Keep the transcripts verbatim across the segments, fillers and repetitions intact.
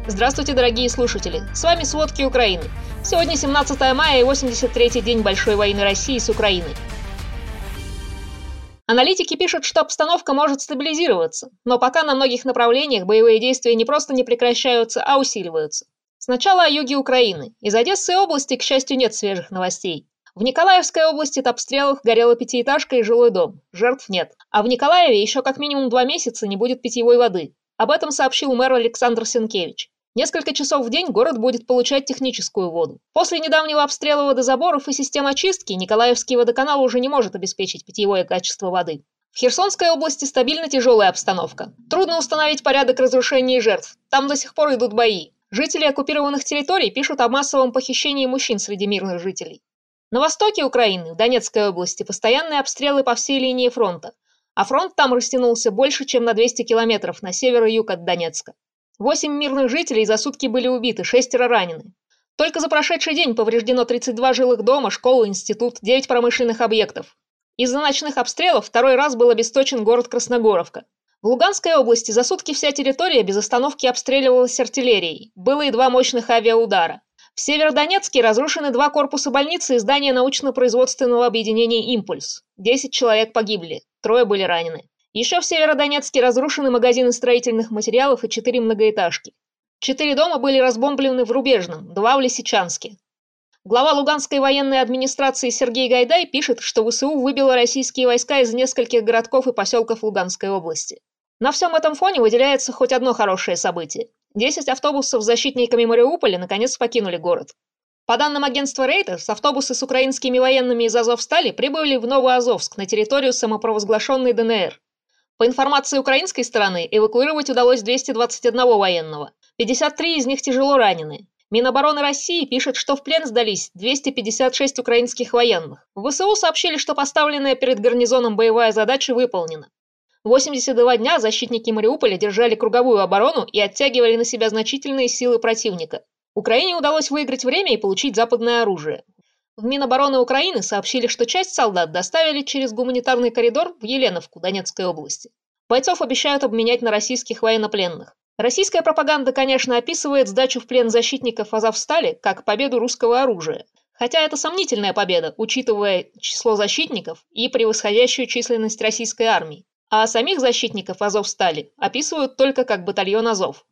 Здравствуйте, дорогие слушатели! С вами «Сводки Украины». Сегодня семнадцатое мая и восемьдесят третий день Большой войны России с Украиной. Аналитики пишут, что обстановка может стабилизироваться, но пока на многих направлениях боевые действия не просто не прекращаются, а усиливаются. Сначала о юге Украины. Из Одесской области, к счастью, нет свежих новостей. В Николаевской области от обстрелов горела пятиэтажка и жилой дом. Жертв нет. А в Николаеве еще как минимум два месяца не будет питьевой воды. Об этом сообщил мэр Александр Сенкевич. Несколько часов в день город будет получать техническую воду. После недавнего обстрела водозаборов и систем очистки Николаевский водоканал уже не может обеспечить питьевое качество воды. В Херсонской области стабильно тяжелая обстановка. Трудно установить порядок разрушений и жертв. Там до сих пор идут бои. Жители оккупированных территорий пишут о массовом похищении мужчин среди мирных жителей. На востоке Украины, в Донецкой области, постоянные обстрелы по всей линии фронта. А фронт там растянулся больше, чем на двести километров на север и юг от Донецка. Восемь мирных жителей за сутки были убиты, шестеро ранены. Только за прошедший день повреждено тридцать два жилых дома, школа, институт, девять промышленных объектов. Из-за ночных обстрелов второй раз был обесточен город Красногоровка. В Луганской области за сутки вся территория без остановки обстреливалась артиллерией. Было и два мощных авиаудара. В Северодонецке разрушены два корпуса больницы и здание научно-производственного объединения «Импульс». Десять человек погибли, трое были ранены. Еще в Северодонецке разрушены магазины строительных материалов и четыре многоэтажки. Четыре дома были разбомблены в Рубежном, два в Лисичанске. Глава Луганской военной администрации Сергей Гайдай пишет, что ВСУ выбило российские войска из нескольких городков и поселков Луганской области. На всем этом фоне выделяется хоть одно хорошее событие. Десять автобусов с защитниками Мариуполя наконец покинули город. По данным агентства Reuters, автобусы с украинскими военными из Азовстали прибыли в Новоазовск на территорию самопровозглашенной ДНР. По информации украинской стороны, эвакуировать удалось двести двадцать один военного. пятьдесят три из них тяжело ранены. Минобороны России пишет, что в плен сдались двести пятьдесят шесть украинских военных. В ВСУ сообщили, что поставленная перед гарнизоном боевая задача выполнена. восемьдесят два дня защитники Мариуполя держали круговую оборону и оттягивали на себя значительные силы противника. Украине удалось выиграть время и получить западное оружие. В Минобороны Украины сообщили, что часть солдат доставили через гуманитарный коридор в Еленовку Донецкой области. Бойцов обещают обменять на российских военнопленных. Российская пропаганда, конечно, описывает сдачу в плен защитников Азовстали как победу русского оружия. Хотя это сомнительная победа, учитывая число защитников и превосходящую численность российской армии. А самих защитников Азовстали описывают только как батальон Азов.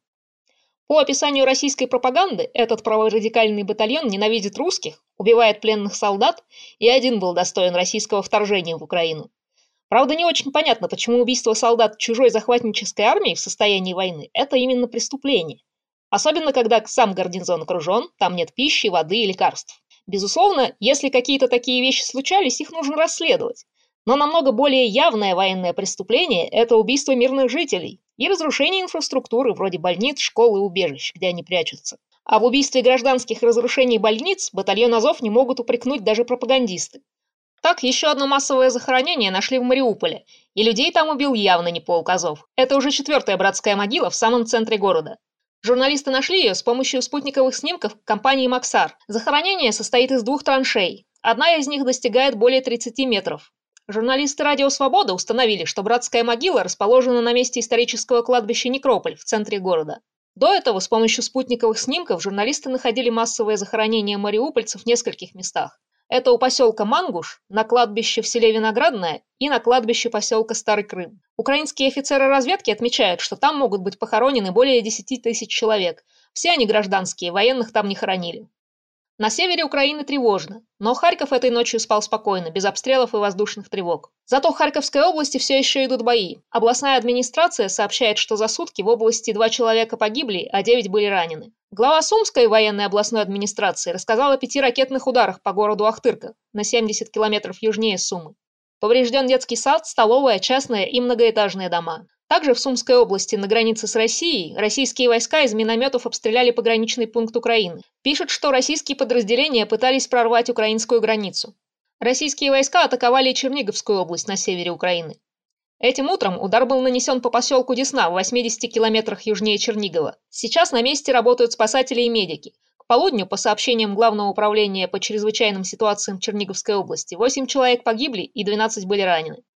По описанию российской пропаганды, этот праворадикальный батальон ненавидит русских, убивает пленных солдат и один был достоин российского вторжения в Украину. Правда, не очень понятно, почему убийство солдат чужой захватнической армии в состоянии войны – это именно преступление. Особенно, когда сам гарнизон окружен, там нет пищи, воды и лекарств. Безусловно, если какие-то такие вещи случались, их нужно расследовать. Но намного более явное военное преступление – это убийство мирных жителей и разрушение инфраструктуры вроде больниц, школ и убежищ, где они прячутся. А в убийстве гражданских и разрушении больниц батальон Азов не могут упрекнуть даже пропагандисты. Так, еще одно массовое захоронение нашли в Мариуполе, и людей там убил явно не полк Азов. Это уже четвертая братская могила в самом центре города. Журналисты нашли ее с помощью спутниковых снимков компании «Максар». Захоронение состоит из двух траншей. Одна из них достигает более тридцати метров. Журналисты «Радио Свобода» установили, что братская могила расположена на месте исторического кладбища Некрополь в центре города. До этого с помощью спутниковых снимков журналисты находили массовые захоронения мариупольцев в нескольких местах. Это у поселка Мангуш, на кладбище в селе Виноградное и на кладбище поселка Старый Крым. Украинские офицеры разведки отмечают, что там могут быть похоронены более десяти тысяч человек. Все они гражданские, военных там не хоронили. На севере Украины тревожно, но Харьков этой ночью спал спокойно, без обстрелов и воздушных тревог. Зато в Харьковской области все еще идут бои. Областная администрация сообщает, что за сутки в области два человека погибли, а девять были ранены. Глава Сумской военной областной администрации рассказал о пяти ракетных ударах по городу Ахтырка, на семьдесят километров южнее Сумы. Поврежден детский сад, столовая, частные и многоэтажные дома. Также в Сумской области, на границе с Россией, российские войска из минометов обстреляли пограничный пункт Украины. Пишут, что российские подразделения пытались прорвать украинскую границу. Российские войска атаковали и Черниговскую область на севере Украины. Этим утром удар был нанесен по поселку Десна в восьмидесяти километрах южнее Чернигова. Сейчас на месте работают спасатели и медики. К полудню, по сообщениям Главного управления по чрезвычайным ситуациям Черниговской области, восемь человек погибли и двенадцать были ранены.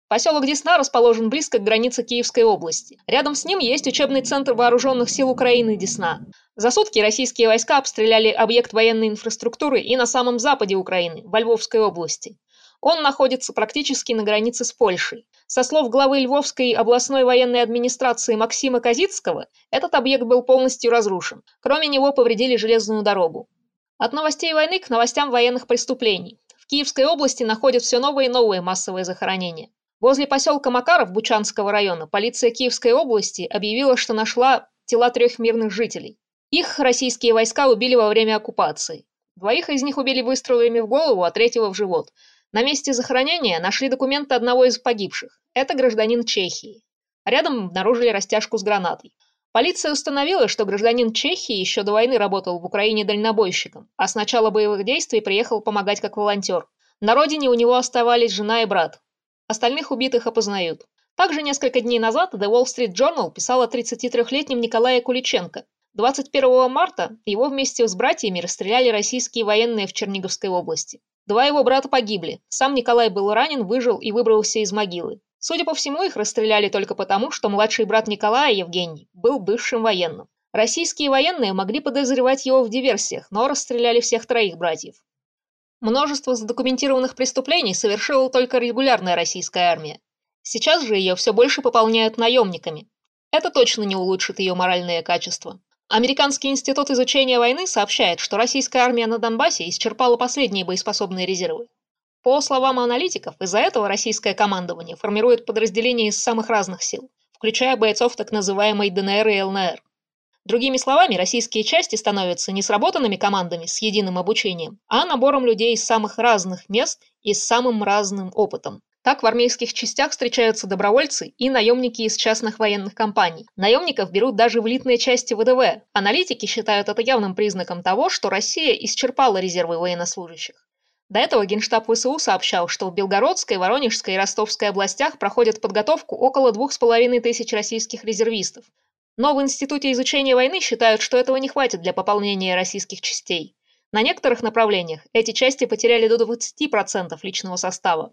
Поселок Десна расположен близко к границе Киевской области. Рядом с ним есть учебный центр вооруженных сил Украины Десна. За сутки российские войска обстреляли объект военной инфраструктуры и на самом западе Украины, во Львовской области. Он находится практически на границе с Польшей. Со слов главы Львовской областной военной администрации Максима Козицкого, этот объект был полностью разрушен. Кроме него повредили железную дорогу. От новостей войны к новостям военных преступлений. В Киевской области находят все новые и новые массовые захоронения. Возле поселка Макаров Бучанского района полиция Киевской области объявила, что нашла тела трех мирных жителей. Их российские войска убили во время оккупации. Двоих из них убили выстрелами в голову, а третьего в живот. На месте захоронения нашли документы одного из погибших. Это гражданин Чехии. Рядом обнаружили растяжку с гранатой. Полиция установила, что гражданин Чехии еще до войны работал в Украине дальнобойщиком, а с начала боевых действий приехал помогать как волонтер. На родине у него оставались жена и брат. Остальных убитых опознают. Также несколько дней назад The Wall Street Journal писал о тридцатитрёхлетнем Николае Куличенко. двадцать первого марта его вместе с братьями расстреляли российские военные в Черниговской области. Два его брата погибли. Сам Николай был ранен, выжил и выбрался из могилы. Судя по всему, их расстреляли только потому, что младший брат Николая, Евгений, был бывшим военным. Российские военные могли подозревать его в диверсиях, но расстреляли всех троих братьев. Множество задокументированных преступлений совершила только регулярная российская армия. Сейчас же ее все больше пополняют наемниками. Это точно не улучшит ее моральные качества. Американский институт изучения войны сообщает, что российская армия на Донбассе исчерпала последние боеспособные резервы. По словам аналитиков, из-за этого российское командование формирует подразделения из самых разных сил, включая бойцов так называемой ДНР и ЛНР. Другими словами, российские части становятся не сработанными командами с единым обучением, а набором людей из самых разных мест и с самым разным опытом. Так в армейских частях встречаются добровольцы и наемники из частных военных компаний. Наемников берут даже в элитные части ВДВ. Аналитики считают это явным признаком того, что Россия исчерпала резервы военнослужащих. До этого Генштаб ВСУ сообщал, что в Белгородской, Воронежской и Ростовской областях проходят подготовку около двух с половиной тысяч российских резервистов. Но в Институте изучения войны считают, что этого не хватит для пополнения российских частей. На некоторых направлениях эти части потеряли до двадцати процентов личного состава.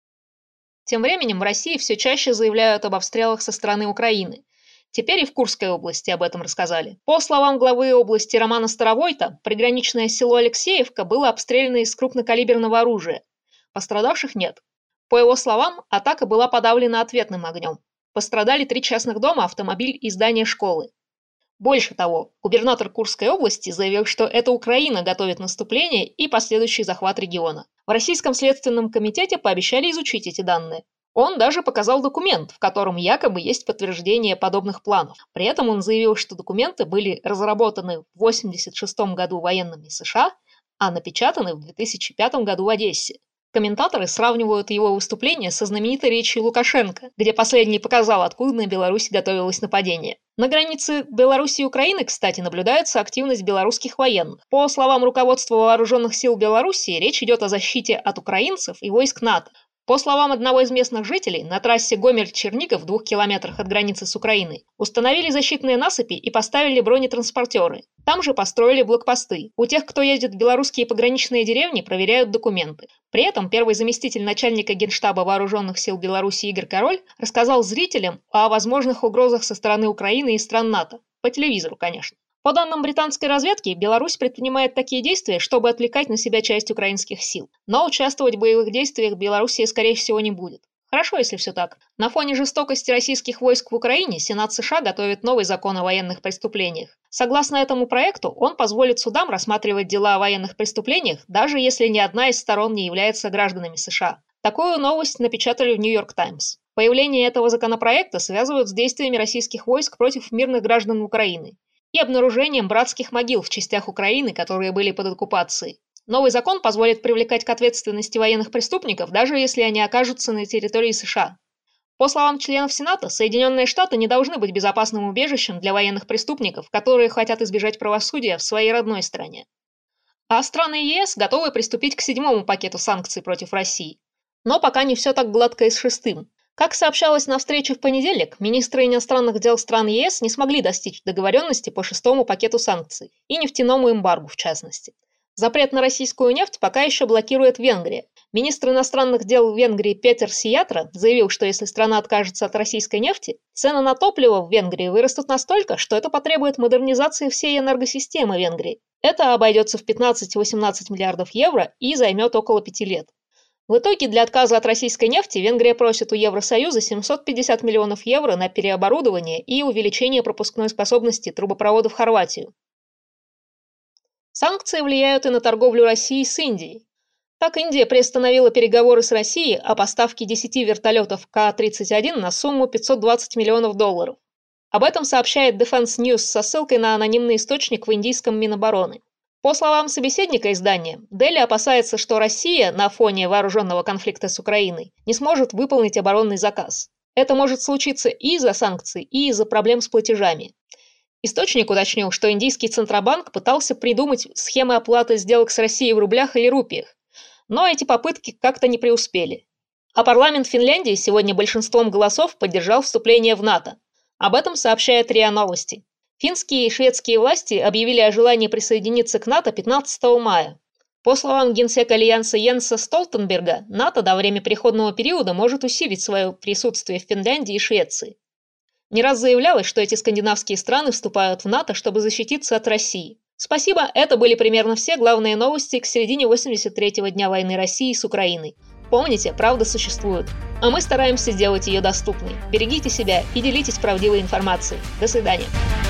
Тем временем в России все чаще заявляют об обстрелах со стороны Украины. Теперь и в Курской области об этом рассказали. По словам главы области Романа Старовойта, приграничное село Алексеевка было обстреляно из крупнокалиберного оружия. Пострадавших нет. По его словам, атака была подавлена ответным огнем. Пострадали три частных дома, автомобиль и здание школы. Больше того, губернатор Курской области заявил, что это Украина готовит наступление и последующий захват региона. В Российском следственном комитете пообещали изучить эти данные. Он даже показал документ, в котором якобы есть подтверждение подобных планов. При этом он заявил, что документы были разработаны в восемьдесят шестом году военными США, а напечатаны в две тысячи пятом году в Одессе. Комментаторы сравнивают его выступление со знаменитой речью Лукашенко, где последний показал, откуда на Беларусь готовилось нападение. На границе Беларуси и Украины, кстати, наблюдается активность белорусских военных. По словам руководства Вооруженных сил Беларуси, речь идет о защите от украинцев и войск НАТО. По словам одного из местных жителей, на трассе Гомель-Чернигов в двух километрах от границы с Украиной установили защитные насыпи и поставили бронетранспортеры. Там же построили блокпосты. У тех, кто ездит в белорусские пограничные деревни, проверяют документы. При этом первый заместитель начальника Генштаба Вооруженных сил Беларуси Игорь Король рассказал зрителям о возможных угрозах со стороны Украины и стран НАТО. По телевизору, конечно. По данным британской разведки, Беларусь предпринимает такие действия, чтобы отвлекать на себя часть украинских сил. Но участвовать в боевых действиях Белоруссия, скорее всего, не будет. Хорошо, если все так. На фоне жестокости российских войск в Украине Сенат США готовит новый закон о военных преступлениях. Согласно этому проекту, он позволит судам рассматривать дела о военных преступлениях, даже если ни одна из сторон не является гражданами США. Такую новость напечатали в Нью-Йорк Таймс. Появление этого законопроекта связывают с действиями российских войск против мирных граждан Украины и обнаружением братских могил в частях Украины, которые были под оккупацией. Новый закон позволит привлекать к ответственности военных преступников, даже если они окажутся на территории США. По словам членов Сената, Соединенные Штаты не должны быть безопасным убежищем для военных преступников, которые хотят избежать правосудия в своей родной стране. А страны ЕС готовы приступить к седьмому пакету санкций против России. Но пока не все так гладко и с шестым. Как сообщалось на встрече в понедельник, министры иностранных дел стран ЕС не смогли достичь договоренности по шестому пакету санкций и нефтяному эмбаргу в частности. Запрет на российскую нефть пока еще блокирует Венгрия. Министр иностранных дел Венгрии Петер Сиятра заявил, что если страна откажется от российской нефти, цены на топливо в Венгрии вырастут настолько, что это потребует модернизации всей энергосистемы Венгрии. Это обойдется в пятнадцать-восемнадцать миллиардов евро и займет около пяти лет. В итоге для отказа от российской нефти Венгрия просит у Евросоюза семьсот пятьдесят миллионов евро на переоборудование и увеличение пропускной способности трубопроводов в Хорватию. Санкции влияют и на торговлю России с Индией. Так, Индия приостановила переговоры с Россией о поставке десяти вертолетов Ка тридцать один на сумму пятьсот двадцать миллионов долларов. Об этом сообщает Defense News со ссылкой на анонимный источник в индийском Минобороны. По словам собеседника издания, Дели опасается, что Россия на фоне вооруженного конфликта с Украиной не сможет выполнить оборонный заказ. Это может случиться и из-за санкций, и из-за проблем с платежами. Источник уточнил, что индийский Центробанк пытался придумать схемы оплаты сделок с Россией в рублях или рупиях, но эти попытки как-то не преуспели. А парламент Финляндии сегодня большинством голосов поддержал вступление в НАТО. Об этом сообщает РИА Новости. Финские и шведские власти объявили о желании присоединиться к НАТО пятнадцатого мая. По словам генсека Альянса Йенса Столтенберга, НАТО до времени переходного периода может усилить свое присутствие в Финляндии и Швеции. Не раз заявлялось, что эти скандинавские страны вступают в НАТО, чтобы защититься от России. Спасибо, это были примерно все главные новости к середине восемьдесят третьего дня войны России с Украиной. Помните, правда существует, а мы стараемся сделать ее доступной. Берегите себя и делитесь правдивой информацией. До свидания.